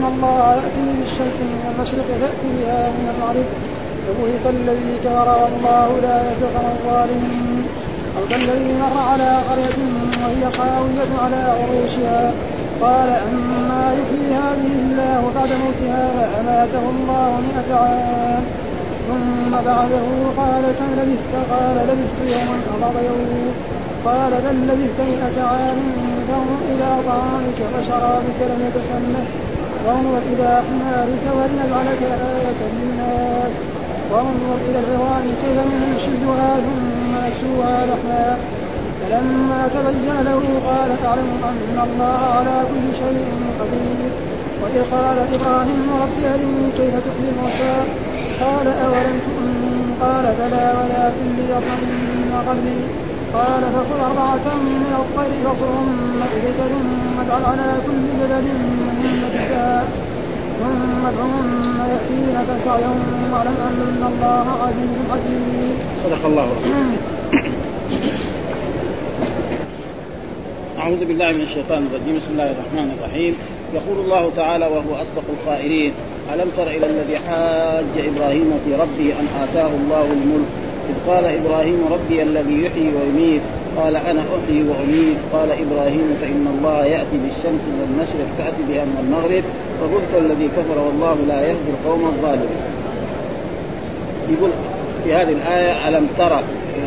الله يأتي بالشمس من المشرق فأتي بها من المغرب فبهت الذي كفر والله لا يهدي القوم الظالمين. أو كالذي مر على قرية وهي خاوية على عروشها قال أما يحيي هذه الله بعد موتها فأماته الله 100 عام ثم بعده قال كم لبثت قال لبثت يوما أو بعض يوم قال بل لبثت 100 عام فانظر إلى طعامك وشرابك لم يتسنه وانظر إلى حمارك ولنجعلك آية للناس وانظر إلى العظام كيف ننشزها ثم نكسوها لحما فلما تبين له قال أعلم أن الله على كل شيء قدير. وإذ قال إبراهيم رب أرني كيف تحيي الموتى قال أولم تؤمن قال بلى ولكن ليطمئن قلبي قال فخذ 4 من الطير فصرهن إليك ثم اجعل على كل جبل منهن جزاء ثم ادعهن يأتينك سعيا واعلم أن الله عزيز حكيم. صدق الله. أعوذ بالله من الشيطان الرجيم. بسم الله الرحمن الرحيم. يقول الله تعالى وهو أصدق القائلين ألم تر إلى الذي حاج إبراهيم في ربه أن آتاه الله الملك إذ قال إبراهيم ربي الذي يحيي ويميت قال أنا أحيي وأميت قال إبراهيم فإن الله يأتي بالشمس من المشرق فأتي بها من المغرب فبهت الذي كفر والله لا يهدي القوم الظالمين. يقول في هذه الآية ألم تر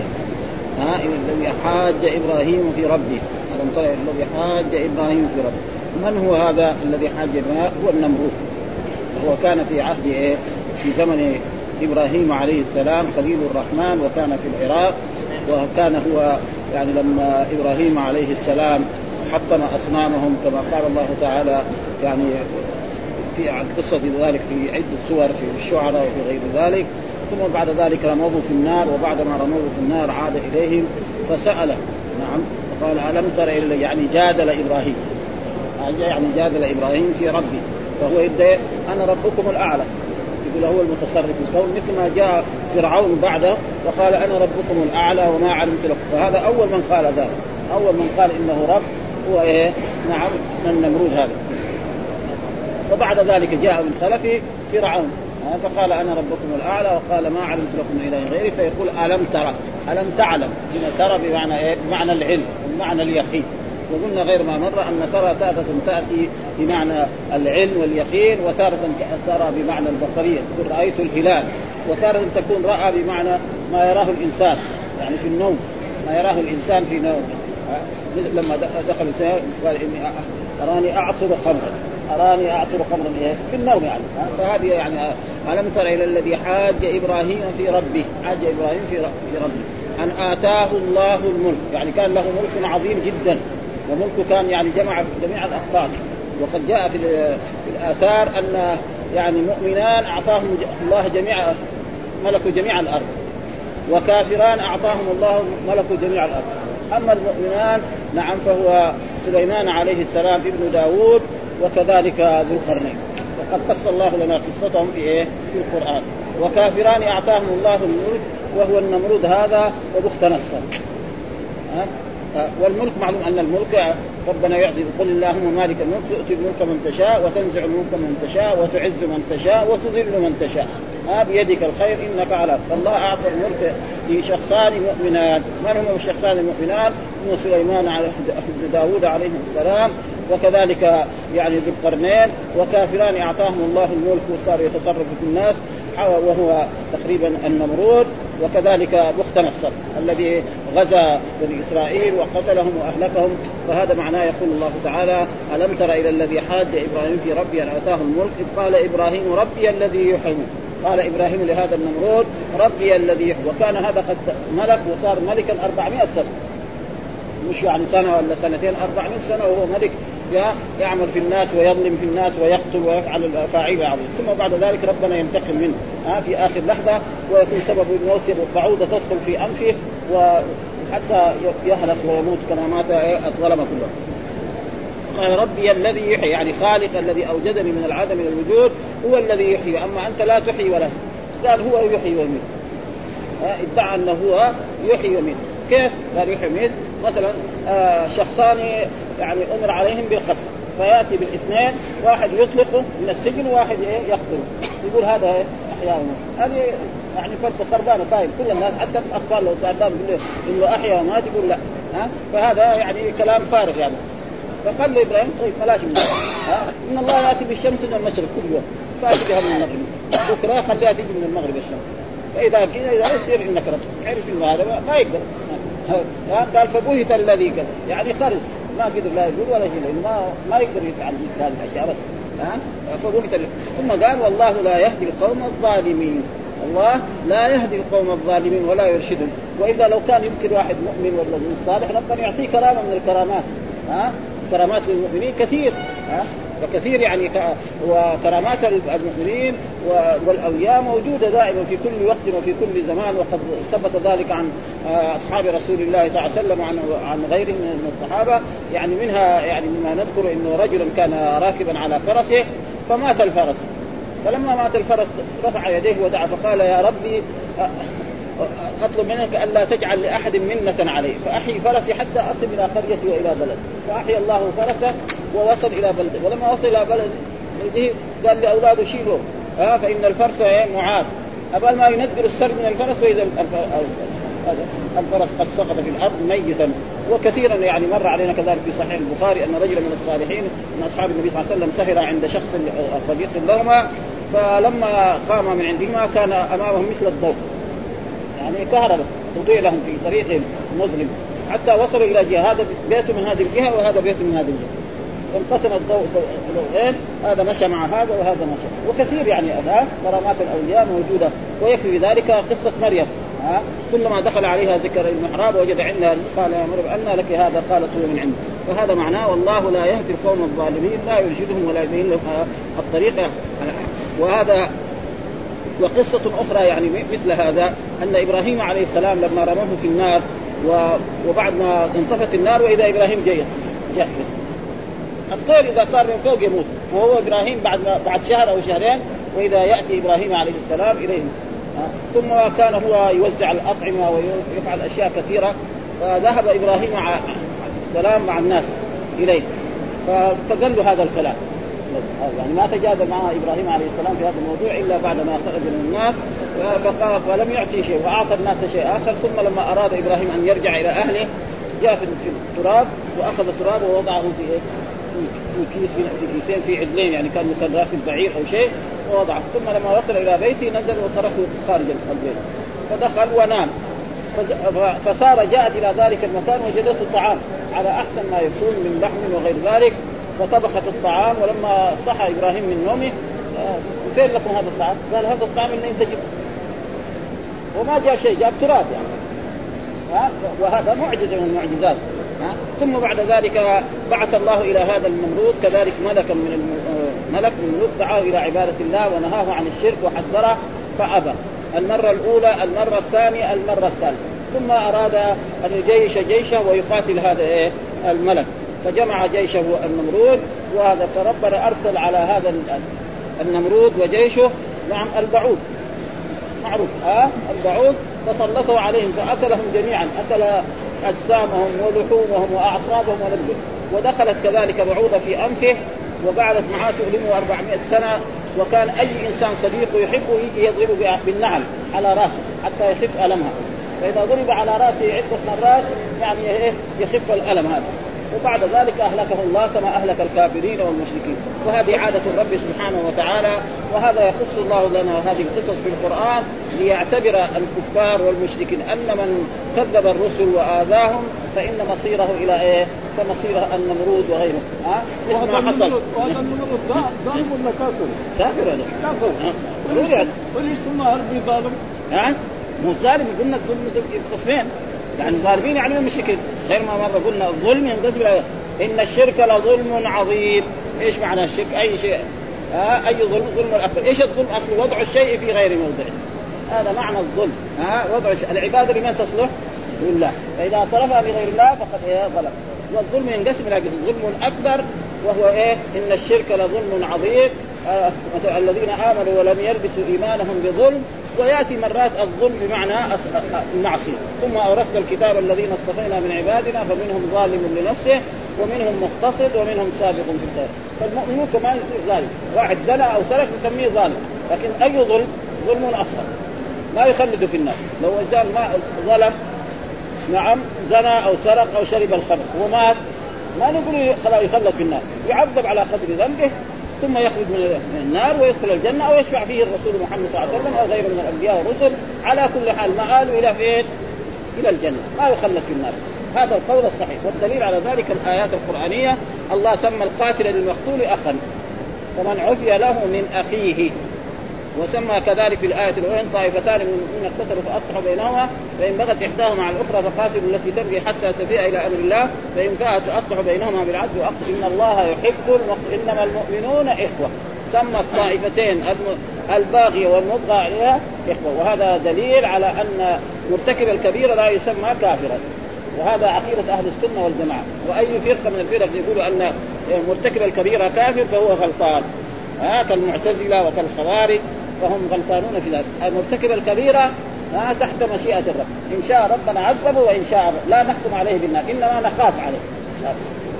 إلى الذي حاج إبراهيم في ربه ألم تر إلى الذي حاج إبراهيم في ربه. من هو هذا الذي حاج إبراهيم؟ هو النمرود. هو كان في عهد في زمن إبراهيم عليه السلام خليل الرحمن وكان في العراق وكان هو يعني لما إبراهيم عليه السلام حطم أصنامهم كما قال الله تعالى يعني في قصة ذلك في عدة سور في الشعراء وفي غير ذلك ثم بعد ذلك رموه في النار وبعدما رموه في النار عاد إليهم فسأله نعم فقال ألم تر إلى يعني جادل إبراهيم يعني جادل إبراهيم في ربي فهو يدعي أنا ربكم الأعلى يقول هو المتصرف في الكون مثل ما جاء فرعون بعده وقال أنا ربكم الأعلى وما علمت لكم فهذا أول من قال ذلك أول من قال إنه رب هو نعم النمرود هذا. وبعد ذلك جاء من خلفه فرعون فقال أنا ربكم الأعلى وقال ما علمت لكم من إله غيري فيقول ألم ترى ألم تعلم هنا ترى بمعنى بمعنى العلم بمعنى اليقين. وقلنا غير ما مر أن ترى تأتي بمعنى العلم واليقين وتارة ترى بمعنى البصرية تقول رأيت الهلال وتارة تكون رأى بمعنى ما يراه الإنسان يعني في النوم ما يراه الإنسان في نوم لما دخل السيارة قال إني أراني أعصر خمرا في النوم يعني فهذه يعني ألم تر إلى الذي حاج إبراهيم في ربه حاج إبراهيم في ربه أن آتاه الله الملك يعني كان له ملك عظيم جدا وملكه كان يعني جمع جميع الأقطار. وقد جاء في الآثار أن يعني مؤمنان أعطاهم الله ملكوا جميع الأرض وكافران أعطاهم الله ملكوا جميع الأرض. أما المؤمنان نعم فهو سليمان عليه السلام ابن داود وكذلك ذو القرنين وقد قص الله لنا قصتهم في القرآن. وكافران أعطاهم الله الملك وهو النمرود هذا وبخت نصر. والملك معلوم أن الملك ربنا يعطي قل اللهم مالك الملك تؤتي الملك من تشاء وتنزع الملك من تشاء وتعز من تشاء وتذل من تشاء بيدك الخير إنك على. فالله أعطى الملك لشخصان مؤمنان. من هم الشخصان المؤمنان؟ هم سليمان على داود عليه السلام وكذلك يعني ذو القرنين. وكافران أعطاهم الله الملك وصار يتصرف في الناس وهو تقريبا النمرود وكذلك بخت نصر الذي غزا بني إسرائيل وقتلهم وأهلكهم. فهذا معناه يقول الله تعالى ألم تر إلى الذي حاج إبراهيم في ربي أن آتاه الملك إذ قال إبراهيم ربي الذي يحيي قال إبراهيم لهذا النمرود ربي الذي يحيي وكان هذا قد ملك وصار ملكا 400 سنة مش يعني سنة ولا سنتين 400 سنة وهو ملك يعمل في الناس ويظلم في الناس ويقتل ويفعل الأفاعيل العظيمة. ثم بعد ذلك ربنا ينتقم منه في آخر لحظة ويكون سبب الموت بعوضة تدخل في أنفه وحتى يهلك ويموت كما مات الظلمة كلهم. قال ربي الذي يحيي يعني خالق الذي أوجدني من العدم إلى الوجود هو الذي يحيي أما أنت لا تحيي ولا. قال هو يحيي ويميت ادعى أنه هو يحيي ويميت. كيف قال يحيي ويميت؟ مثلا شخصان يعني أمر عليهم بالقتل فياتي بالاثنين، واحد يطلقه من السجن وواحد يقتله، يقول هذا احيا ومات. هذه يعني فرصه خربانه طيب كل الناس حتى الاطفال لو سالتهم يقول له احيا ومات يقول لا. فهذا يعني كلام فارغ يعني. فقال له ابراهيم طيب بلاش منه، ان الله ياتي بالشمس من المشرق كل يوم فاتي بها من المغرب، بكره خليها تيجي من المغرب الشمس، فاذا كذا اذا يصير انك رب عرف انه هذا ما يقدر. قال فبهت الذي قال يعني خرس ما قدر لا يقول ولا شيء لانه ما يقدر يفعل هذه الاشياء ابدا. فبهت ثم قال والله لا يهدي القوم الظالمين، الله لا يهدي القوم الظالمين ولا يرشدهم. واذا لو كان يمكن واحد مؤمن ولا صالح ربنا يعطيه كرامه من الكرامات، كرامات للمؤمنين كثير، فكثير يعني وكرامات المؤمنين والأولياء موجودة دائما في كل وقت وفي كل زمان، وقد ثبت ذلك عن أصحاب رسول الله صلى الله عليه وسلم وعن غيرهم من الصحابة. يعني منها يعني مما نذكر إنه رجلا كان راكبا على فرسه فمات الفرس، فلما مات الفرس رفع يديه ودعا فقال يا ربي أطلب منك ألا تجعل لأحد منة عليه فأحيي فرسي حتى أصل إلى قريتي وإلى بلد. فأحيي الله فرسه ووصل إلى بلده، ولما وصل إلى بلده قال لأولاده شيلوا فإن الفرس معاد، أبال ما ينقر السرد من الفرس وإذا الفرس قد سقط في الأرض ميتا. وكثيرا يعني مر علينا كذلك في صحيح البخاري أن رجلا من الصالحين من أصحاب النبي صلى الله عليه وسلم سهر عند شخص صديق لهما، فلما قام من عندهما كان أمامهم مثل الضوء يعني كهرباء تضيء لهم في طريق مظلم حتى وصلوا إلى جهة، هذا بيته من هذه الجهة وهذا بيته من هذه الجهة، انقسم الضوء ضوئين، هذا مشى مع هذا وهذا مشى. وكثير يعني كرامات الأولياء موجودة. ويكفي ذلك قصة مريم، كلما دخل عليها ذكر المحراب وجد عندها قال يا مريم أن لك هذا؟ قالت هو من عنده. فهذا معناه والله لا يهدي القوم الظالمين لا يرشدهم ولا يبين لهم الطريقة. وهذا وقصة أخرى يعني مثل هذا أن إبراهيم عليه السلام لما رموه في النار وبعد ما انطفت النار وإذا إبراهيم جاء الطير إذا طار من فوق يموت، وهو إبراهيم بعد شهر أو شهرين وإذا يأتي إبراهيم عليه السلام إليهم. ثم كان هو يوزع الأطعمة ويفعل أشياء كثيرة، فذهب إبراهيم عليه السلام مع الناس إليه فقال له هذا الكلام، يعني ما تجادل مع إبراهيم عليه السلام في هذا الموضوع إلا بعد ما خرج من النار، فلم يعطي شيء وأعطى الناس شيء آخر. ثم لما أراد إبراهيم أن يرجع إلى أهله جاء في التراب وأخذ التراب ووضعه في كيس في كيسين في عدلين، يعني كان راكب بعير أو شيء ووضعه. ثم لما وصل إلى بيته نزل وتركه خارج البيت فدخل ونام، فصار جاءت إلى ذلك المكان وجدت الطعام على أحسن ما يكون من لحم وغير ذلك، فطبخت الطعام. ولما صحى إبراهيم من نومه فين لكم هذا الطعام؟ قال هذا الطعام اللي انت جبت، وما جاء شيء، جاء تراب يعني. وهذا معجزة من المعجزات. ثم بعد ذلك بعث الله إلى هذا النمرود كذلك ملك من الملوك دعاه إلى عبادة الله ونهاه عن الشرك وحذره فأبى المرة الأولى، المرة الثانية، المرة الثالثة. ثم أراد أن يجيش جيشه ويقاتل هذا الملك، فجمع جيشه النمرود وهذا، فربنا أرسل على هذا النمرود وجيشه البعوض معروف البعوض، فسلطوا عليهم فأكلهم جميعا، أكل أجسامهم ولحومهم وأعصابهم ونبلهم. ودخلت كذلك بعوضة في أنفه وقعدت معاه تؤلمه 400 سنة. وكان أي إنسان صديقه يحبه يجي يضربه بالنعل على رأسه حتى يخف ألمها، فإذا ضرب على رأسه عدة مرات يعني يخف الألم هذا. وبعد ذلك أهلكه الله كما أهلك الكافرين والمشركين. وهذه عادة الرب سبحانه وتعالى، وهذا يخص الله لنا هذه القصص في القرآن ليعتبر الكفار والمشركين أن من كذب الرسل وآذاهم فإن مصيره إلى كمصير النمرود وغيره. مثل ما حصل. وهذا النمرود ظالم ولا كافر؟ كافر هذا. كافر. وليش ما هربي ظالم؟ مو ظالم، قلنا الظلم قسمين، يعني ظالمين يعني مشركين، غير ما مرة قلنا الظلم ينقسم إن الشرك لظلم عظيم. إيش معنى الشرك؟ أي شيء أي ظلم الأكبر. إيش الظلم؟ أصل وضع الشيء في غير موضعه، هذا معنى الظلم. وضع العبادة لمن تصلح؟ لله، فإذا صرفها لغير الله فقد ظلم. والظلم ينقسم إلى قسم، ظلم أكبر وهو إن الشرك لظلم عظيم، الذين آمنوا ولم يلبسوا إيمانهم بظلم. ويأتي مرات الظلم بمعنى المعصية. ثم أورثنا الكتاب الذين اصطفينا من عبادنا فمنهم ظالم لنفسه ومنهم مقتصد ومنهم سابق في الخير. فالمؤمنون كمان يصير ظالم، واحد زنى أو سرق نسميه ظالم، لكن أي ظلم أصغر ما يخلد في النار. لو إنسان ما ظلم نعم زنى أو سرق أو شرب الخمر ومات ما نقول خلاص يخلد في النار، يعذب على قدر ذنبه ثم يخرج من النار ويدخل الجنة أو يشفع فيه الرسول محمد صلى الله عليه وسلم أو غيره من الأنبياء والرسل. على كل حال مآله إلى فين؟ إلى الجنة، ما يخلد في النار. هذا القول الصحيح. والدليل على ذلك الآيات القرآنية، الله سمى القاتل للمقتول أخا ومن عفي له من أخيه، وسمى كذلك في الآية الأولى طائفتان من المؤمنين اقتتلوا فأصلحوا بينهما فإن بغت إحداهما على الأخرى فقاتلوا التي تبغي حتى تفيء إلى أمر الله فإن فاءت فأصلحوا بينهما بالعدل وأقسطوا إن الله يحب إنما المؤمنون إخوة. سمى الطائفتين الباغية والمبغى عليها إخوة، وهذا دليل على أن مرتكب الكبيرة لا يسمى كافرا، وهذا عقيدة أهل السنة والجماعة. وأي فرقة من الفرق يقولوا أن مرتكب الكبيرة كافر فهو غلطان، كالمعتزلة وكالخوارج فهم غلطانون في ذلك. مرتكب الكبيرة تحت مشيئة الرب، إن شاء ربنا عذبه وإن شاء لا نحكم عليه بالنار، إنما نخاف عليه بس.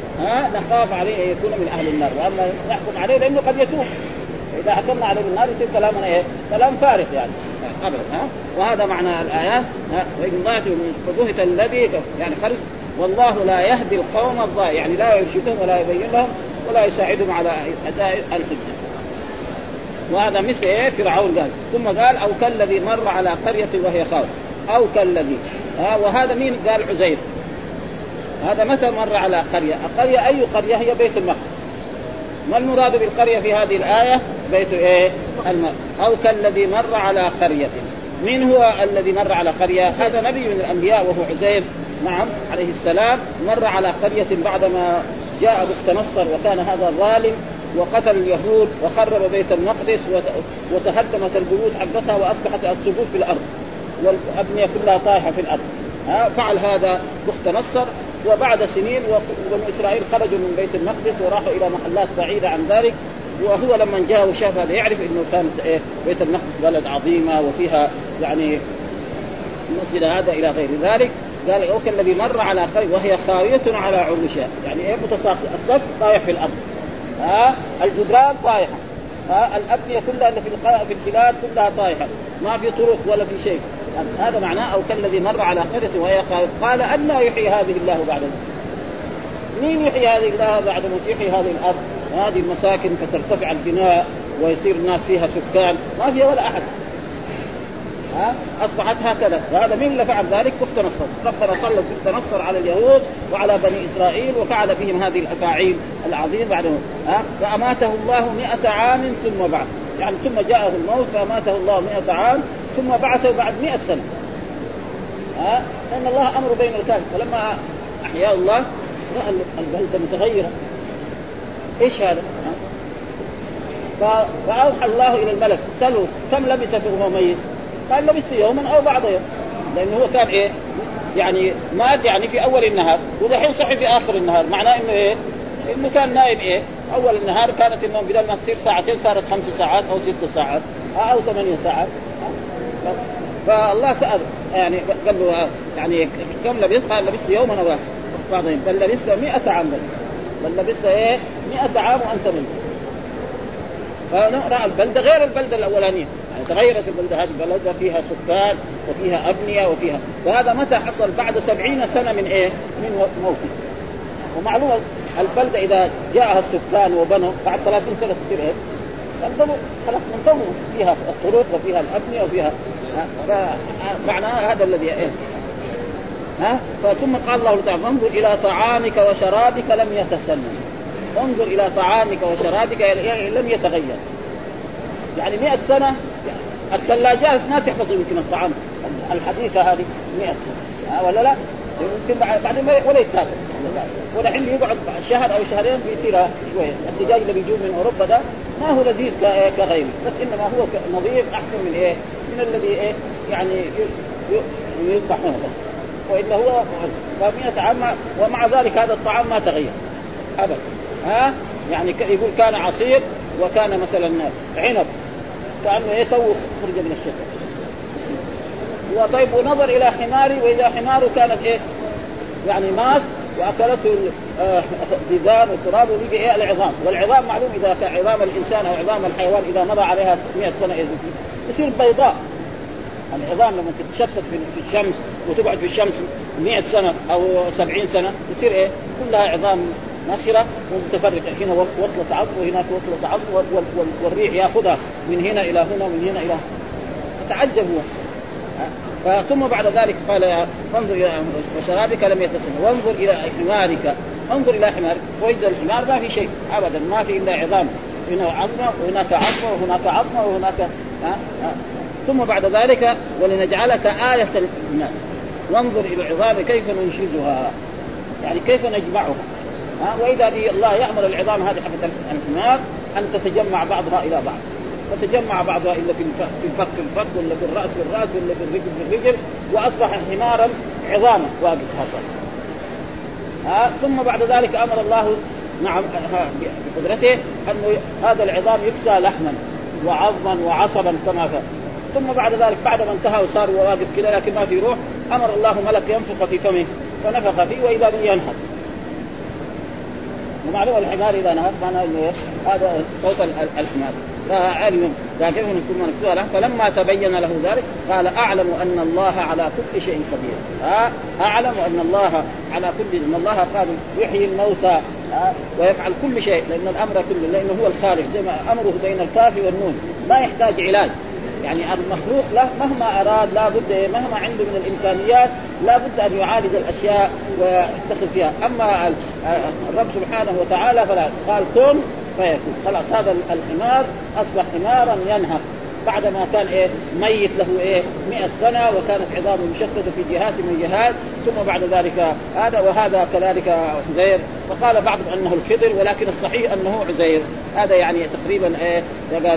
نخاف عليه أن يكون من أهل النار، وأما نحكم عليه لأنه قد يتوب. إذا حكمنا عليه بالنار يصير كلامنا إيه؟ كلام فارغ يعني أبدا. وهذا معنى الآيات. وإن ضاعت فبهت الذي يعني خرج والله لا يهدي القوم الضالين، يعني لا يرشدهم ولا يبين لهم ولا يساعدهم على أداء الحجة. وهذا مثل إيه فرعون قال. ثم قال أو كالذي مر على قرية وهي خاوية، أو كالذي وهذا مين قال؟ عزير. هذا متى مر على قرية؟ القرية أي قرية؟ هي بيت المقدس. ما المراد بالقرية في هذه الآية؟ بيت إيه؟ أو كالذي مر على قرية. من هو الذي مر على قرية؟ هذا نبي من الأنبياء وهو عزير نعم عليه السلام. مر على قرية بعدما جاء بخت نصر وكان هذا ظالم وقتل اليهود وخرب بيت المقدس وتهدمت البيوت حقتها وأصبحت السقوف في الأرض والأبنية كلها طايحة في الأرض. فعل هذا بخت نصر. وبعد سنين وبنو إسرائيل خرجوا من بيت المقدس وراحوا إلى محلات بعيدة عن ذلك. وهو لما جاء وشاف هذا يعرف إنه كانت بيت المقدس بلد عظيمة وفيها يعني المسجد هذا إلى غير ذلك. قال أو كالذي مر على قرية وهي خاوية على عروشها، يعني إيه متساقط، السقف طايح في الأرض، الجدران طايحة، الأبنية كلها اللي في البلاد كلها طايحة، ما في طرق ولا في شيء. هذا معناه أو كالذي مر على قرية وهي خاوية. قال أن يحيي هذه الله بعد موت؟ مين يحيي هذه الله بعد موت؟ يحيي هذه الأرض وهذه المساكن فترتفع البناء ويصير الناس فيها سكان، ما فيها ولا أحد. أصبحت هكذا. وهذا مين اللي فعل ذلك؟ بخت نصر. ربنا سلط بخت نصر على اليهود وعلى بني إسرائيل وفعل بهم هذه الأفاعيل العظيمة بعد موت. فأماته الله 100 عام ثم بعث، يعني ثم جاءه الموت فأماته الله 100 عام ثم بعثه بعد 100 سنة. لأن الله أمر بين الكافر. فلما أحياه الله رأى البلدة متغيرة. إيش هذا؟ فأوحى الله إلى الملك سأله كم لبث وهو ميت؟ قال لبث يوما أو بعض يوم، لأنه هو كان إيه يعني مات يعني في أول النهار ودحين صحي في آخر النهار. معناه إنه إيه؟ إنه كان نايم إيه أول النهار، كانت النوم بدل ما تصير ساعتين صارت 5 ساعات أو 6 ساعات أو 8 ساعات. فالله سأل يعني قال له يعني كم لبثت؟ قال لبثت يوما أو بعض يوم. بل لبثت 100 عام. بل لبثت إيه 100 عام وأنت ميت. فرأى البلدة غير البلدة الأولانية، يعني تغيرت البلدة. هذه البلدة فيها سكان وفيها أبنية وفيها. وهذا متى حصل؟ بعد 70 سنة من إيه؟ من موته. ومعلومة البلدة إذا جاءها السكان وبنوا بعد 30 سنة تصير إيه؟ البلدة خلاص منتظمة فيها الطرق وفيها الأبنية وفيها معناه هذا الذي إيه؟ ثم قال الله تعالى انظر إلى طعامك وشرابك لم يتسنن. انظر إلى طعامك وشرابك يعني لم يتغير. يعني 100 سنة الثلاجات ما تحفظ يمكن الطعام الحديثة هذه 100 سنة ولا لا؟ يمكن بعدين ولا يتاكل ولحين يقعد شهر أو شهرين بيصير شوية. الدجاج اللي بيجون من أوروبا ده ما هو لذيذ كغيره، بس إنما هو نظيف أحسن من إيه؟ من الذي إيه يعني يطبخونه بس. وإلا هو 100 عام ومع ذلك هذا الطعام ما تغير أبدا. يعني يقول كان عصير وكان مثلا عنب كأنه يتوه خرج من الشجر. وطيب ونظر إلى حماري وإذا حماره كانت إيه يعني مات واكلته الديدان والتراب ويجي ايه العظام. والعظام معلوم اذا كان عظام الانسان او عظام الحيوان اذا مضى عليها 100 سنه يصير بيضاء. العظام لما تتشتت في الشمس وتقعد في الشمس 100 سنه او 70 سنه يصير ايه كلها عظام ناخره ومتفرقه، هنا وصلة عظم وهناك وصلة عظم والريح ياخذها من هنا الى هنا ومن هنا الى هنا. تعجب هو. ثم بعد ذلك قال فانظر الى وشرابك لم يتسنى وانظر الى حمارك. انظر الى حمارك، واذا الحمار ما في شيء ابدا، ما في الا عظام، هنا عظمه وهناك عظمه وهناك عظمه وهناك ثم بعد ذلك ولنجعلك آية للناس وانظر إلى العظام كيف ننشزها، يعني كيف نجمعها. وإذا الله يأمر العظام هذه حقت الحمار أن تتجمع بعضها إلى بعض، فتجمع بعضها إلا في الفك ولا في الرأس ولا في الرجل وأصبح حمارا عظاما واقف هذا. ثم بعد ذلك أمر الله نعم بقدرته أنه هذا العظام يكسى لحما وعظما وعصبا كما فعل. ثم بعد ذلك بعد ما انتهى وصار واقف كذا لكن ما في روح، أمر الله ملك ينفخ في فمه فنفخ فيه وإذا به ينهض. ومعلوم الحمار إذا نهض معناه هذا صوت الحمار. فعلم كيف ثم نفسه. فلما تبين له ذلك قال أعلم أن الله على كل شيء قدير. أعلم أن الله على كل إن الله قادر يحيي الموتى ويفعل كل شيء، لأن الأمر كله لأنه هو الخالق، زي ما أمره بين الكاف والنون ما يحتاج علاج. يعني المخلوق له مهما أراد لا بد مهما عنده من الإمكانيات لا بد أن يعالج الأشياء ويتخذ فيها. أما الرب سبحانه وتعالى فلا قال كن فيكون. خلاص هذا الحمار أصبح حمارا ينهق بعدما كان ميت له 100 سنة وكانت عظامه مشتتة في جهات من جهات. ثم بعد ذلك هذا وهذا كذلك عزير، فقال بعضهم أنه الخضر ولكن الصحيح أنه عزير. هذا يعني تقريبا قال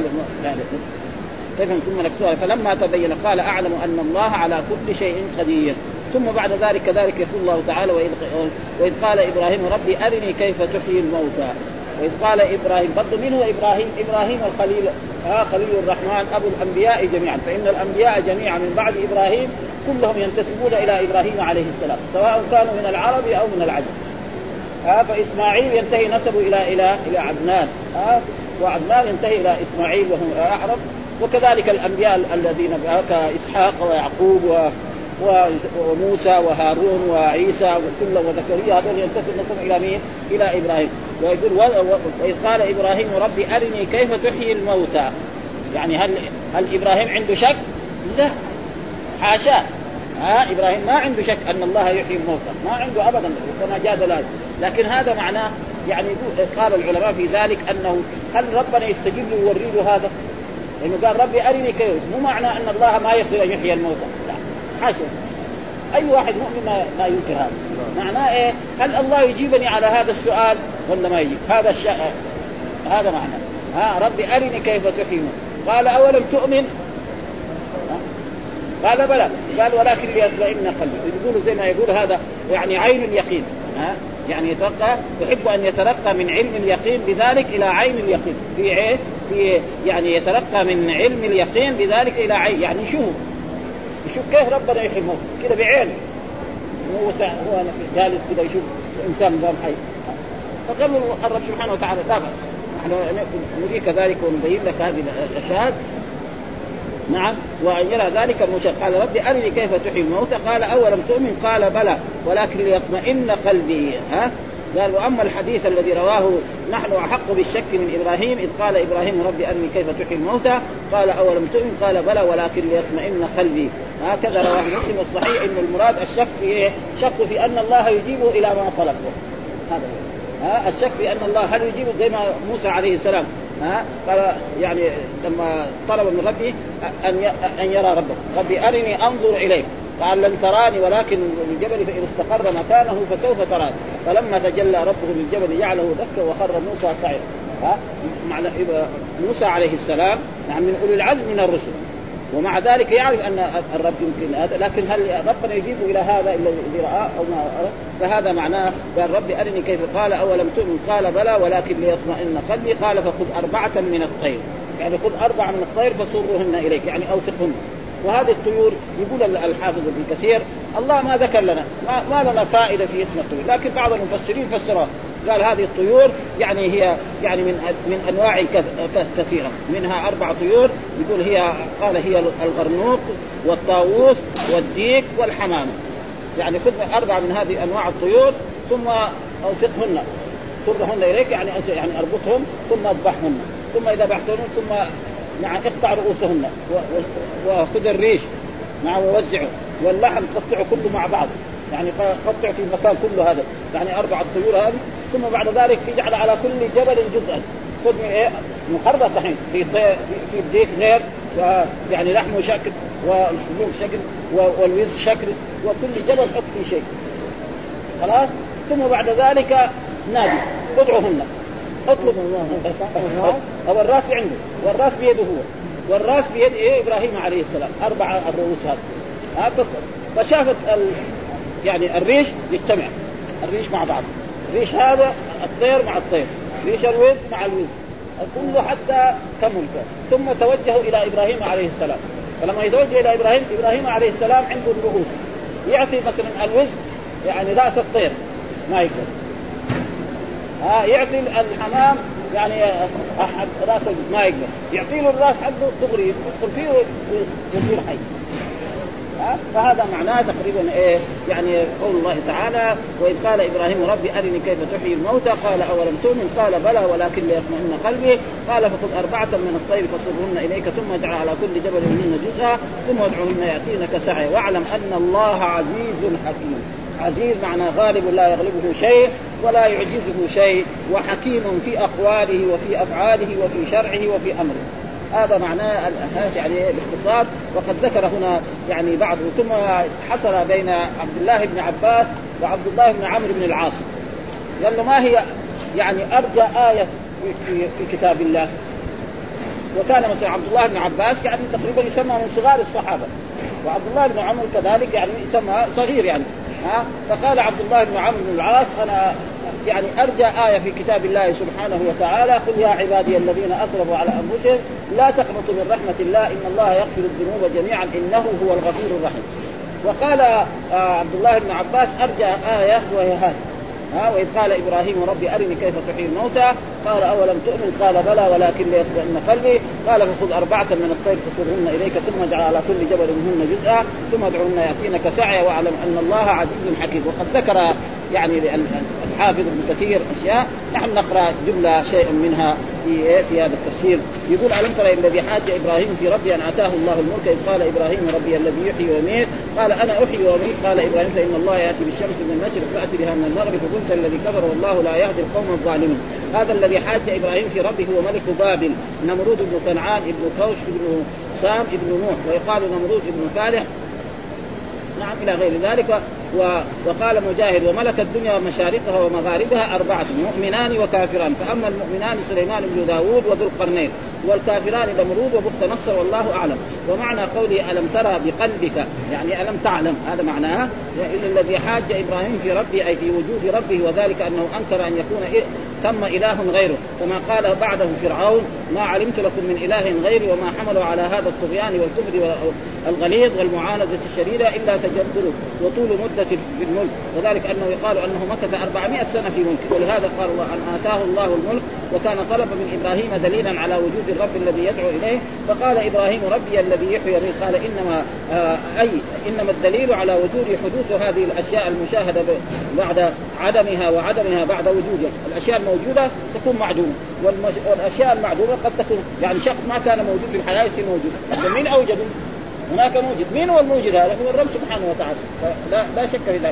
ثم نفسها. فلما تبين قال أعلم أن الله على كل شيء قدير. ثم بعد ذلك كذلك يقول الله تعالى وإذ قال إبراهيم ربي أرني كيف تحيي الموتى. وإذ قال إبراهيم برضو من هو إبراهيم؟ إبراهيم الخليل خليل الرحمن أبو الأنبياء جميعا، فإن الأنبياء جميعا من بعد إبراهيم كلهم ينتسبون إلى إبراهيم عليه السلام سواء كانوا من العرب أو من العجم. فإسماعيل ينتهي نسبه إلى عدنان، وعدنان ينتهي إلى إسماعيل وهم أعرب. وكذلك الأنبياء الذين كإسحاق ويعقوب وموسى وهارون وعيسى وكل وزكريا هذول ينتسب نسبهم إلى مين؟ إلى إبراهيم. ويقول وإذ قال إبراهيم ربي أرني كيف تحيي الموتى. يعني هل إبراهيم عنده شك؟ لا حاشا. إبراهيم ما عنده شك أن الله يحيي الموتى، ما عنده أبدا كما جاد له. لكن هذا معناه يعني قال العلماء في ذلك أنه هل ربنا يستجيب له ويوري له هذا؟ لأنه قال ربي أرني كيف، مو معنى أن الله ما يقدر أن يحيي الموتى، لا حاشا. أي واحد مؤمن ما ينكر هذا. معناه هل الله يجيبني على هذا السؤال ولا ما يجيب؟ هذا معناه ربي أرني كيف تحيي. قال أولم تؤمن؟ قال بلى. قال ولكن ليطمئن قلبي. يقولوا زي ما يقول هذا يعني عين اليقين. يعني يترقى يحب أن يترقى من علم اليقين بذلك إلى عين اليقين في يعني يترقى من علم اليقين بذلك إلى عين. يعني يشوف كيف ربنا يحيي الموت كده بعينه، هو جالس كده يشوف إنسان قام حي. فقال الرب سبحانه وتعالى لا بأس، نحن نريد كذلك ونبين لك هذه الأشياء. نعم. وأن يرى ذلك المشرك. قال ربي أرني كيف تحيي الموتى. قال أولم تؤمن؟ قال بلى ولكن ليطمئن قلبي. قال وأما الحديث الذي رواه نحن أحق بالشك من إبراهيم إذ قال إبراهيم ربي أرني كيف تحيي الموتى قال أولم تؤمن قال بلى ولكن ليطمئن قلبي. هكذا رواه مسلم الصحيح. إن المراد الشك في شك في أن الله يجيبه إلى ما طلبه. هذا الشك في أن الله هل يجيبه زي ما موسى عليه السلام قال يعني لما طلب من ربي أن يرى ربي أرني أنظر إليك قال لن تراني ولكن الجبل فإن استقر مكانه فسوف تراني. فلما تجلى ربه للجبل جعله دكا وخر موسى صعقا. معنى موسى عليه السلام يعني من أولي العزم من الرسل، ومع ذلك يعرف أن الرب يمكن هذا، لكن هل ربنا يجيب إلى هذا إلا الذي رأى أو ما رأى؟ فهذا معناه قال ربي أرني كيف. قال أولم تؤمن قال بلى ولكن ليطمئن قلبي. قال فخذ 4 من الطير، يعني خذ 4 من الطير فصرهن إليك يعني أوثقهن وهذه الطيور يقول الحافظ ابن كثير الله ما ذكر لنا ما لنا فائدة في اسم الطيور، لكن بعض المفسرين فسرها قال هذه الطيور يعني هي يعني من أنواع كثيرة، منها 4 طيور يقول قال هي الغرنوق والطاووس والديك والحمامة، يعني خذ 4 من هذه أنواع الطيور ثم أوثقهن صرهن إليك يعني أربطهم ثم أذبحهن، ثم إذا ذبحتهن ثم اقطع رؤوسهن وخذ الريش ووزعه، واللحم قطعه كله مع بعض، يعني قطع في المكان كله هذا، يعني 4 طيور هذه، ثم بعد ذلك يجعل على كل جبل جزءا، خذ مخربط الحين في الديك غير، يعني لحمه شكل والحلوب شكل والوز شكل، وكل جبل حط فيه شيء خلاص. ثم بعد ذلك نادي ادعوهن اطلب أو الراس عنده والراس بيده هو والراس بيد إبراهيم عليه السلام 4 الرؤوس هذا. فشافت يعني الريش يجتمع الريش مع بعض، ريش هذا الطير مع الطير، ريش الوز مع الوز كله حتى كمل. ثم توجهوا إلى إبراهيم عليه السلام، فلما يتوجه إلى إبراهيم عليه السلام عنده الرؤوس، يعطي مثلا الوز يعني رأس الطير ما يقدر، يعطي الحمام يعني أحد رأس ما يقدر، يعطي له الرأس حقه دغري يدخل فيه ويصير حي. فهذا معناه تقريبا يعني قول الله تعالى وإذ قال إبراهيم ربي أرني كيف تحيي الموتى قال أولم تؤمن قال بلى ولكن ليطمئن قلبي قال فخذ 4 من الطير فصرهن إليك ثم اجعل على كل جبل منهن جزءا ثم ادعوهن يأتينك سعيا واعلم أن الله عزيز حكيم. عزيز معنى غالب لا يغلبه شيء ولا يعجزه شيء، وحكيم في أقواله وفي أفعاله وفي شرعه وفي أمره. هذا معناه يعني باختصار. وقد ذكر هنا يعني بعض. ثم حصل بين عبد الله بن عباس وعبد الله بن عمرو بن العاص، قال له ما هي يعني أرجى آية في كتاب الله؟ وكان مثلا عبد الله بن عباس يعني تقريبا يسمى من صغار الصحابة، وعبد الله بن عمرو كذلك يعني يسمى صغير يعني فقال عبد الله بن عمرو بن العاص أنا يعني أرجى آية في كتاب الله سبحانه وتعالى قل يا عبادي الذين أسرفوا على أنفسهم لا تقنطوا من رحمة الله إن الله يغفر الذنوب جميعا إنه هو الغفور الرحيم. وقال عبد الله بن عباس أرجى آية وهي هذه وإذ قال إبراهيم ربي أرني كيف تحيي الموتى قال أولم تؤمن قال بلى ولكن ليطمئن قلبي قال فخذ 4 من الطير فصرهن إليك ثم اجعل على كل جبل منهن جزءا ثم ادعوهن يأتينك سعيا واعلم أن الله عزيز حكيم. وقد ذكر يعني الحافظ ابن كثير أشياء نحن نقرأ جملة شيء منها في هذا التفسير. يقول ألم تر الذي حاج إبراهيم في ربي أن آتاه الله الملك إذ قال إبراهيم ربي الذي يحيي ويميت قال أنا أحيي وأميت قال إبراهيم فإن الله يأتي بالشمس من المشرق فأتي بها من المغرب فقلت الذي كفر والله لا يهدي القوم الظالمين. هذا الذي حاج إبراهيم في ربه هو ملك بابل نمرود بن كنعان ابن كوش ابن سام ابن نوح ويقال نمرود ابن فالح نعم إلى غير ذلك. وقال مجاهد وملك الدنيا مشارقها ومغاربها 4 مؤمنان وكافران فأما المؤمنان سليمان بن داود وذو القرنين والكافران نمرود وبخت نصر والله أعلم. ومعنى قوله ألم ترى بقلبك يعني ألم تعلم هذا معناه إلا الذي حاج إبراهيم في ربه أي في وجود ربه وذلك أنه أنكر أن يكون ثم إله غيره كما قال بعده فرعون ما علمت لكم من إله غيري وما حملوا على هذا الطغيان والكفر الغليظ والمعاندة الشديدة إلا تجبروا وطول مدة في الملك وذلك أنه يقال أنه مكث 400 سنة في ملك. ولهذا قال الله أن آتاه الله الملك وكان طلب من إبراهيم دليلا على وجود الرب الذي يدعو إليه فقال إبراهيم ربي الذي يحيي ويميت قال إنما الدليل على وجود حدوث هذه الأشياء المشاهدة بعد عدمها وعدمها بعد وجودها. الأشياء الموجودة تكون معدومة والأشياء المعدومة قد تكون يعني شخص ما كان موجود في الحياة يصير موجود. من أوجده؟ هناك موجود. مين هو الموجود هذا؟ هو الرب سبحانه وتعالى لا شك في ذلك.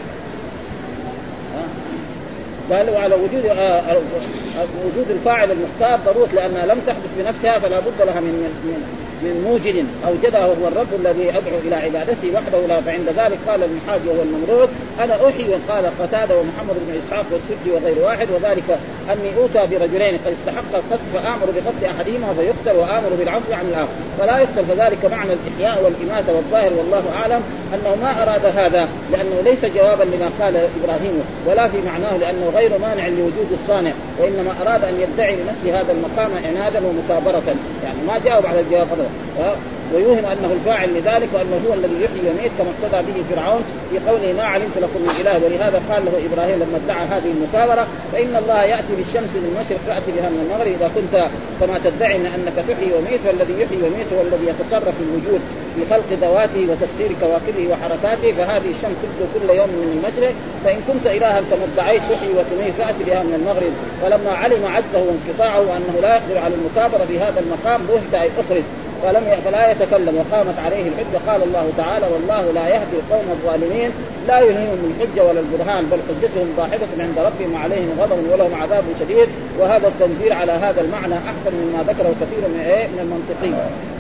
قالوا على وجود الفاعل المختار ضرورة لأنها لم تحدث بنفسها فلا بد لها من موجد أوجدها وهو الرب الذي أدعو إلى عبادته وحده لا. فعند ذلك قال المحاج وهو الممرود أنا أحيي وقال قتادة ومحمد بن إسحاق والسدي وغير واحد وذلك أني أوتى برجلين قد استحق القتل فآمر بقتل أحدهما فيقتل وآمر بالعفو عن الآخر فلا يقتل فذلك معنى الإحياء والإماتة والظاهر والله أعلم أنه ما أراد هذا لأنه ليس جوابا لما قال إبراهيم ولا في معناه لأنه غير مانع لوجود الصانع وإنما أراد أن يدعي لنفسه هذا المقام عنادا ومكابرة يعني ما جاءوا بعد الجواب ويوهم أنه الفاعل لذلك وأنه هو الذي يحيي ويميت كما اقتدى به فرعون في قوله ما علمت لكم من إله. ولهذا قال له إبراهيم لما ادعى هذه المكابرة فإن الله يأتي بالشمس من المشرق فأتي بها من المغرب إذا كنت كما تدعي أنك تحيي ويميت، والذي يحيي ويميت هو الذي يتصرف في الوجود في خلق ذواته وتسخير كواكبه وحركاته، فهذه الشمس تبدو كل يوم من المشرق، فإن كنت إلها كما ادعيت تحيي وتميت فأتي بها من المغرب. فلما علم عجزه وانقطاعه وأنه لا يقدر على المكابرة في هذا المقام بهت أي أخرج فلا يتكلم، وقامت عليه الحجة. قال الله تعالى والله لا يهدي القوم الظالمين لا يلهيهم الحجة ولا البرهان بل حجتهم ضاحكة عند ربهم وعليهم غضب ولهم عذاب شديد. وهذا التنزيل على هذا المعنى أحسن مما ذكره كثير من المنطقين.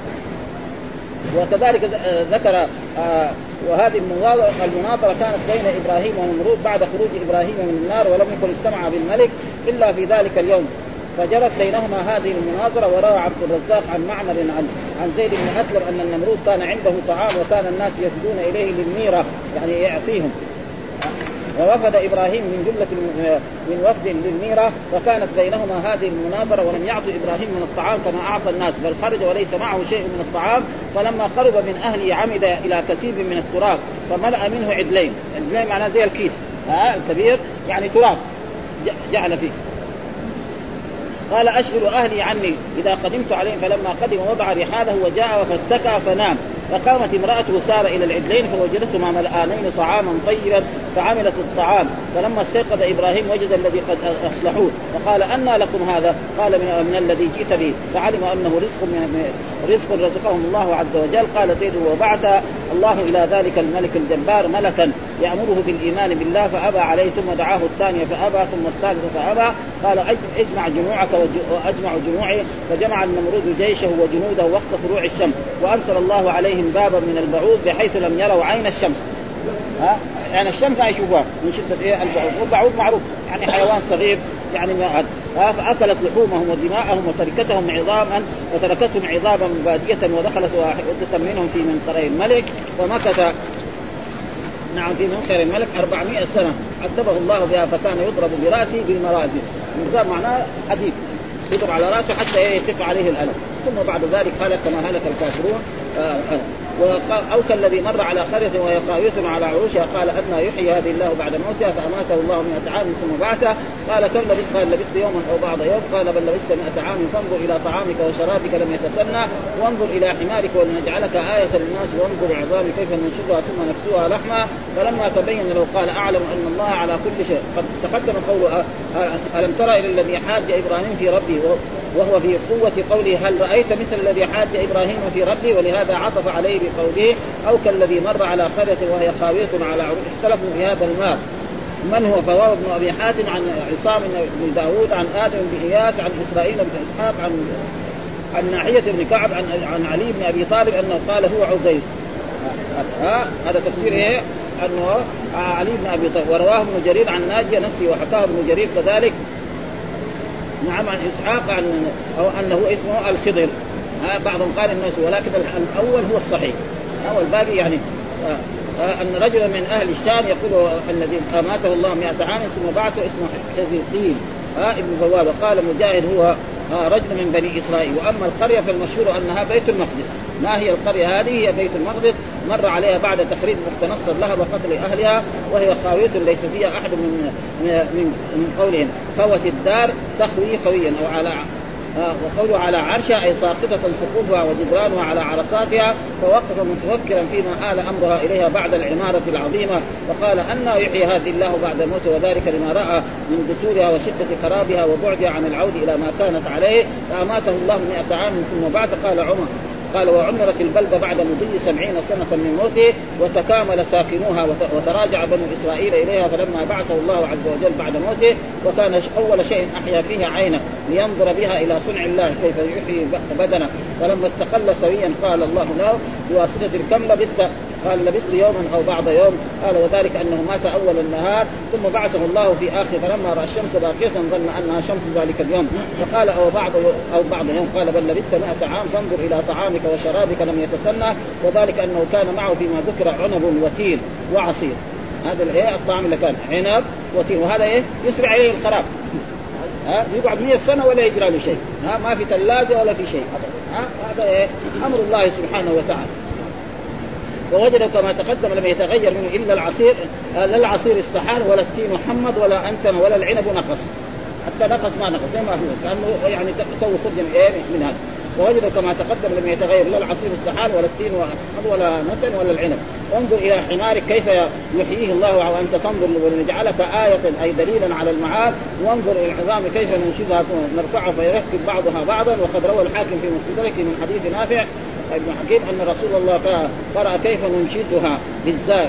وكذلك ذكر وهذه المناظرة كانت بين إبراهيم ونمرود بعد خروج إبراهيم من النار، ولم يكن اجتمع بالملك إلا في ذلك اليوم، فجرت بينهما هذه المناظرة. وروى عبد الرزاق عن معمر عن زيد بن أسلم أن النمرود كان عنده طعام وكان الناس يفدون إليه للميرة يعني يعطيهم، ووفد إبراهيم من وفد للميرة، فكانت بينهما هذه المناظرة ولم يعطي إبراهيم من الطعام كما أعطى الناس بل خرج وليس معه شيء من الطعام. فلما قرب من أهله عمد إلى كثيب من التراب فملأ منه عدلين معناه زي الكيس الكبير يعني تراب جعل فيه. قال أشغل أهلي عني إذا قدمت عليهم، فلما قدم وضع رحاله وجاء فاتكأ فنام. فقامت امرأته سار إلى العدلين فوجدتهما ملآنين طعاما طيبا فعملت الطعام. فلما استيقظ إبراهيم وجد الذي قد أصلحوه فقال أنى لكم هذا؟ قال من الذي جئت به، فعلم أنه رزق رزقهم الله عز وجل. قال زيد وبعث الله إلى ذلك الملك الجبار ملكا يأمره بالإيمان بالله فأبى عليه، ثم دعاه الثانية فأبى، ثم الثالثة فأبى. قال اجمع جموعك وأجمع جموعي، فجمع النمرود جيشه وجنوده وقت طلوع الشمس، وأرسل الله عليهم بابا من البعوض بحيث لم يروا عين الشمس. يعني الشمس لا يشوفها من شدة البعوض، والبعوض معروف يعني حيوان صغير يعني فأكلت لحومهم ودماءهم وتركتهم عظاما بادية، ودخلت واحدة منهم في منقري الملك فمكث في منقر الملك 400 سنة عذبه الله بها، فكان يضرب برأسه بالمرازي، المرزاب معناه حديد يضرب على رأسه حتى يتف عليه الألم، ثم بعد ذلك هلك كما هلك الكافرون. أو كالذي مر على قرية وهي خاوية على عروشها قال أنى يحيي هذه الله بعد موتها فأماته الله 100 عام ثم بعثه. قال كم لبثت؟ قال لبثت يوما أو بعض يوم. قال بل لبثت 100 عام. فانظر إلى طعامك وشرابك لم يتسنى، وانظر إلى حمارك ولنجعلك آية للناس، وانظر العظام كيف ننشدها ثم نكسوها لحما. فلما تبين له قال أعلم أن الله على كل شيء. قد تقدم قوله ألم ترى إلى الذي حاج إبراهيم في ربه، وهو في قوة قوله هل رأيت مثل الذي حاج إبراهيم في ربه، ولهذا عطف عليه بقوله أو كالذي مر على قرية وهي خاوية على عروش. اختلفوا في هذا الماء من هو، فروى ابن أبي حاتم عن عصام بن داود عن آدم بن إياس عن إسرائيل بن إسحاق عن ناحية بن كعب عن علي بن أبي طالب أنه قال هو عزير. هذا تفسير أنه علي بن أبي طالب. ورواه ابن جرير عن ناجية نفسه وحكاه ابن جرير كذلك عن إسحاق أو أنه اسمه الخضر. بعضهم قال إنه ولكن الأول هو الصحيح، أول باقي يعني أن رجلا من أهل الشام يقول الذي أماته الله 100 عام ثم بعثه اسمه حزقيل ابن بوابة. قال مجاهد هو رجل من بني إسرائيل. وأما القرية فالمشهور أنها بيت المقدس. ما هي القرية هذه؟ هي بيت المقدس، مر عليها بعد تخريب متنصر لها وقتل أهلها، وهي خاوية ليس فيها أحد من قولهم خوت الدار تخوي خويا أو على وقوله على عرشها أي ساقطة سقوفها وجدرانها على عرصاتها. فوقف متفكرا فيما آل أمرها إليها بعد العمارة العظيمة، وقال أنى يحيي هذه الله بعد موته، وذلك لما رأى من دثورها وشدة خرابها وبعدها عن العود إلى ما كانت عليه. فأماته الله 100 عام ثم بعد. قال عمر قال وعمرت البلدة بعد مضي 70 سنة من موته وتكامل ساكنوها وتراجع بنو إسرائيل إليها، فلما بعثه الله عز وجل بعد موته وكان أول شيء أحيا فيها عينه لينظر بها إلى صنع الله كيف يحيي بدنه. فلما استقل سويا قال الله له بواسطة كم لبثت؟ قال لبثت يوما أو بعض يوم. قال وذلك أنه مات أول النهار ثم بعثه الله في آخر، فلما رأى الشمس باقية ظن أنها شمس ذلك اليوم فقال أو بعض يوم. قال بل لبثت 100 عام. فانظر إلى طعامك وشرابك لم يتسنى، وذلك أنه كان معه فيما ذكر عنب وتين وعصير. هذا الطعام اللي كان عنب وتين، وهذا يسرع إليه الخراب يقعد 100 سنة ولا يجرى له شيء، ما في ثلاجة ولا في شيء هذا أمر الله سبحانه وتعالى. ووجد كما تقدم لم يتغير منه إلا العصير، لا العصير استحال ولا التين حمد ولا أنتن ولا العنب نقص، حتى نقص ما نقص زي ما فيه، كأنه يعني تو خذ من هذا. ووجد كما تقدم لم يتغير لا العصير استحال ولا التين ولا نتن ولا العنب. انظر إلى حمارك كيف يحييه الله، وأنت تنظر ولنجعلك آية أي دليلا على المعاد. وانظر إلى العظام كيف ننشدها نرفعها فيركب بعضها بعضا. وقد روى الحاكم في مستدرك من حديث نافع ابن حكيم أن رسول الله قرأ كيف ننشدها بالزاي،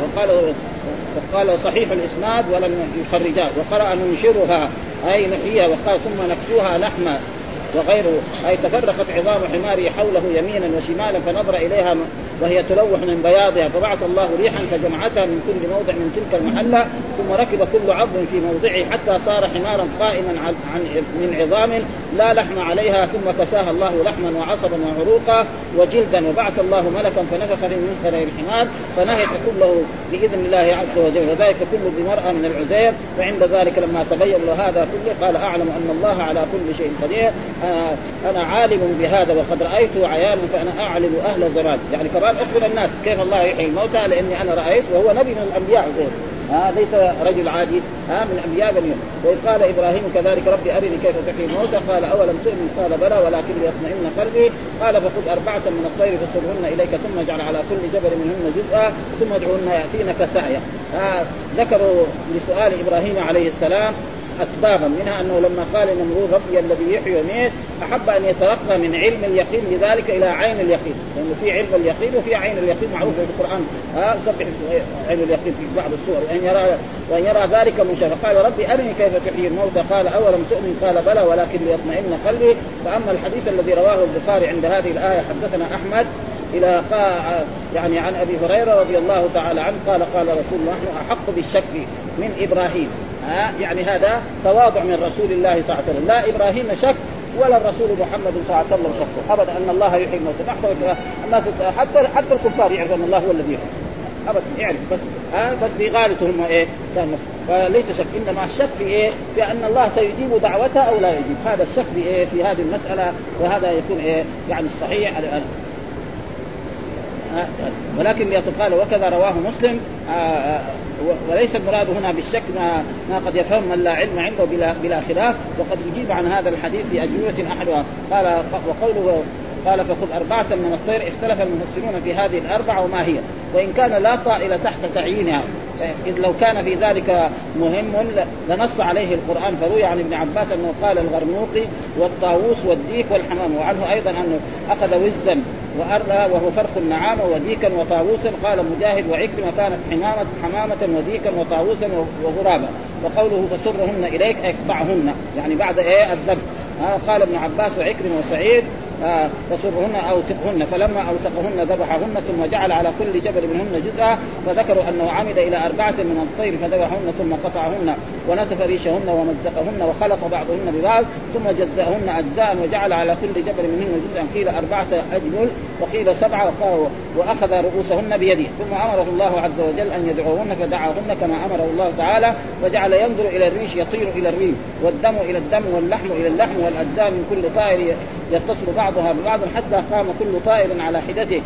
وقال صحيح الإسناد ولم يخرجها، وقرأ ننشرها أي نحييها، وقال ثم نكسوها لحما وغيره، أي تفرقت عظام حماره حوله يمينا وشمالا فنظر إليها وهي تلوح من بياضها، فبعث الله ريحا فجمعتها من كل موضع من تلك المحلة، ثم ركب كل عظم في موضعه حتى صار حمارا قائما من عظام لا لحم عليها، ثم كساها الله لحما وعصبا وعروقا وجلدا. وبعث الله ملكا فنفخ من خلال الحمار فنهت كله بإذن الله عز وجل، وذلك كله بمرأة من العزير. فعند ذلك لما تبين له هذا كله قال أعلم أن الله على كل شيء قدير، أنا عالم بهذا وقد رأيته عيانا فأنا أعلم أهل زمان. يعني كمان أخبر الناس كيف الله يحيي الموتى لأني أنا رأيت، وهو نبي من الأنبياء ليس رجل عادي من أنبياء بني. وإذ قال إبراهيم كذلك ربي أرني كيف تحيي الموتى قال أولم تؤمن قال بلى ولكن ليطمئن قلبي قال فخذ 4 من الطير فصرهن إليك ثم اجعل على كل جبل منهن جزءا ثم ادعوهن يأتينك سعيا. ذكروا لسؤال إبراهيم عليه السلام أسبابا، منها أنه لما قال نمرود ربي الذي يحيي ويميت أحب أن يترقى من علم اليقين لذلك إلى عين اليقين، لأنه في علم اليقين وفي عين اليقين معروف في القرآن سبح عين اليقين في بعض السور وأن يرى ذلك من شاء. فقال ربي أرني كيف تحيي الموتى قال أولم تؤمن قال بلى ولكن ليطمئن قلبي. فأما الحديث الذي رواه البخاري عند هذه الآية حدثنا أحمد إلى يعني عن أبي هريرة رضي الله تعالى عنه قال قال رسول الله نحن أحق بالشك من إبراهيم. يعني هذا تواضع من رسول الله صلى الله عليه وسلم، لا إبراهيم شك ولا الرسول محمد صلى الله عليه وسلم شك أبدا أن الله يحيي الموتى. الناس حتى الكفار يعرف أن الله هو الذي يحيي أبدا، يعرف بس بغالتهم كان فليس شك، إنما الشك في في أن الله سيجيب دعوته أو لا يجيب. هذا الشك في هذه المسألة، وهذا يكون يعني الصحيح ولكن ليتقال وكذا رواه مسلم. وليس المراد هنا بالشك ما قد يفهم من لا علم عنده بلا خلاف، وقد يجيب عن هذا الحديث بأجوبة أحدها. قال وقوله قال فخذ 4 من الطير اختلف المفسرون في هذه ال4 وما هي، وإن كان لا طائل تحت تعيينها، إذ لو كان في ذلك مهم لنص عليه القرآن. فروي عن ابن عباس أنه قال الغرنوقي والطاووس والديك والحمام، وعنه أيضا أنه أخذ وزا وأرلى وهو فرخ النعامة وديكا وطاووسا. قال مجاهد وعكرمة كانت حمامة وديكا وطاووسا وغرابا. وقوله فسرهن إليك اقطعهن يعني بعد الذبح. قال ابن عباس وعكرمة وسعيد فسرهن أو ثقهن، فلما أوثقهن ذبحهن ثم جعل على كل جبل منهن جزءا. فذكروا أنه عمد إلى 4 من الطير فذبحهن ثم قطعهن ونتف ريشهن ومزقهن وخلط بعضهن ببعض ثم جزأهن أجزاء وجعل على كل جبل منهن جزءا، قيل 4 أجمل وقيل 7 وأخذ رؤوسهن بيده. ثم أمره الله عز وجل أن يدعوهن فدعاهن كما أمره الله تعالى، فجعل ينظر إلى الريش يطير إلى الريم والدم إلى الدم واللحم إلى اللحم والأجزاء من كل طائر يتصل بعضها ببعض حتى قام كل طائر على حدته.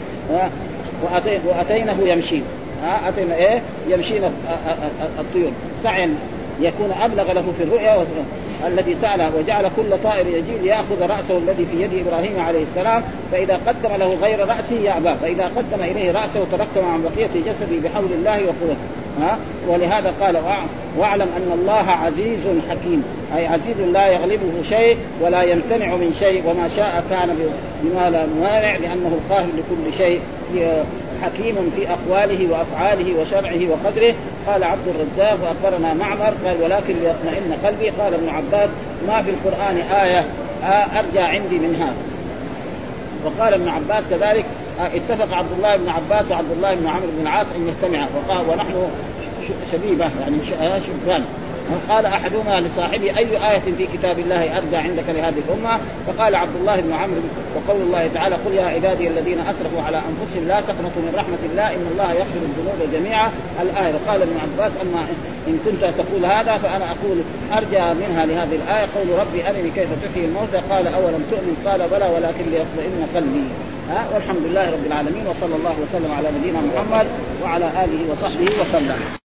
وأتينه يمشي أتينا يمشين الطيور سعيا يكون أبلغ له في الرؤيا الذي سأله. وجعل كل طائر يجي ليأخذ رأسه الذي في يد إبراهيم عليه السلام، فإذا قدم له غير رأسه يأبى، فإذا قدم إليه رأسه تركم عن بقية جسده بحول الله وقوته. ولهذا قال واعلم أن الله عزيز حكيم، أي عزيز لا يغلبه شيء ولا يمتنع من شيء، وما شاء كان بما لا مانع لأنه القاهر لكل شيء، حكيم في أقواله وأفعاله وشرعه وقدره. قال عبد الرزاق وأخبرنا معمر قال ولكن ليطمئن قلبي. قال ابن عباس ما في القرآن آية أرجى عندي من هذا. وقال ابن عباس كذلك اتفق عبد الله بن عباس وعبد الله بن عمرو بن العاص أن يجتمعا، ونحن شبيبة يعني شبان قال أحدنا لصاحبه أي آية في كتاب الله أرجى عندك لهذه الأمة؟ فقال عبد الله بن عمرو وقول الله تعالى قل يا عبادي الذين أسرفوا على أنفسهم لا تقنطوا من رحمة الله إن الله يغفر الذنوب جميعا الآية. وقال ابن عباس أما إن كنت تقول هذا فأنا أقول أرجى منها لهذه الآية قول ربي أرني كيف تحيي الموتى قال أولم تؤمن قال بلى ولكن ليطمئن قلبي. والحمد لله رب العالمين وصلى الله وسلم على نبينا محمد وعلى آله وصحبه وسلم.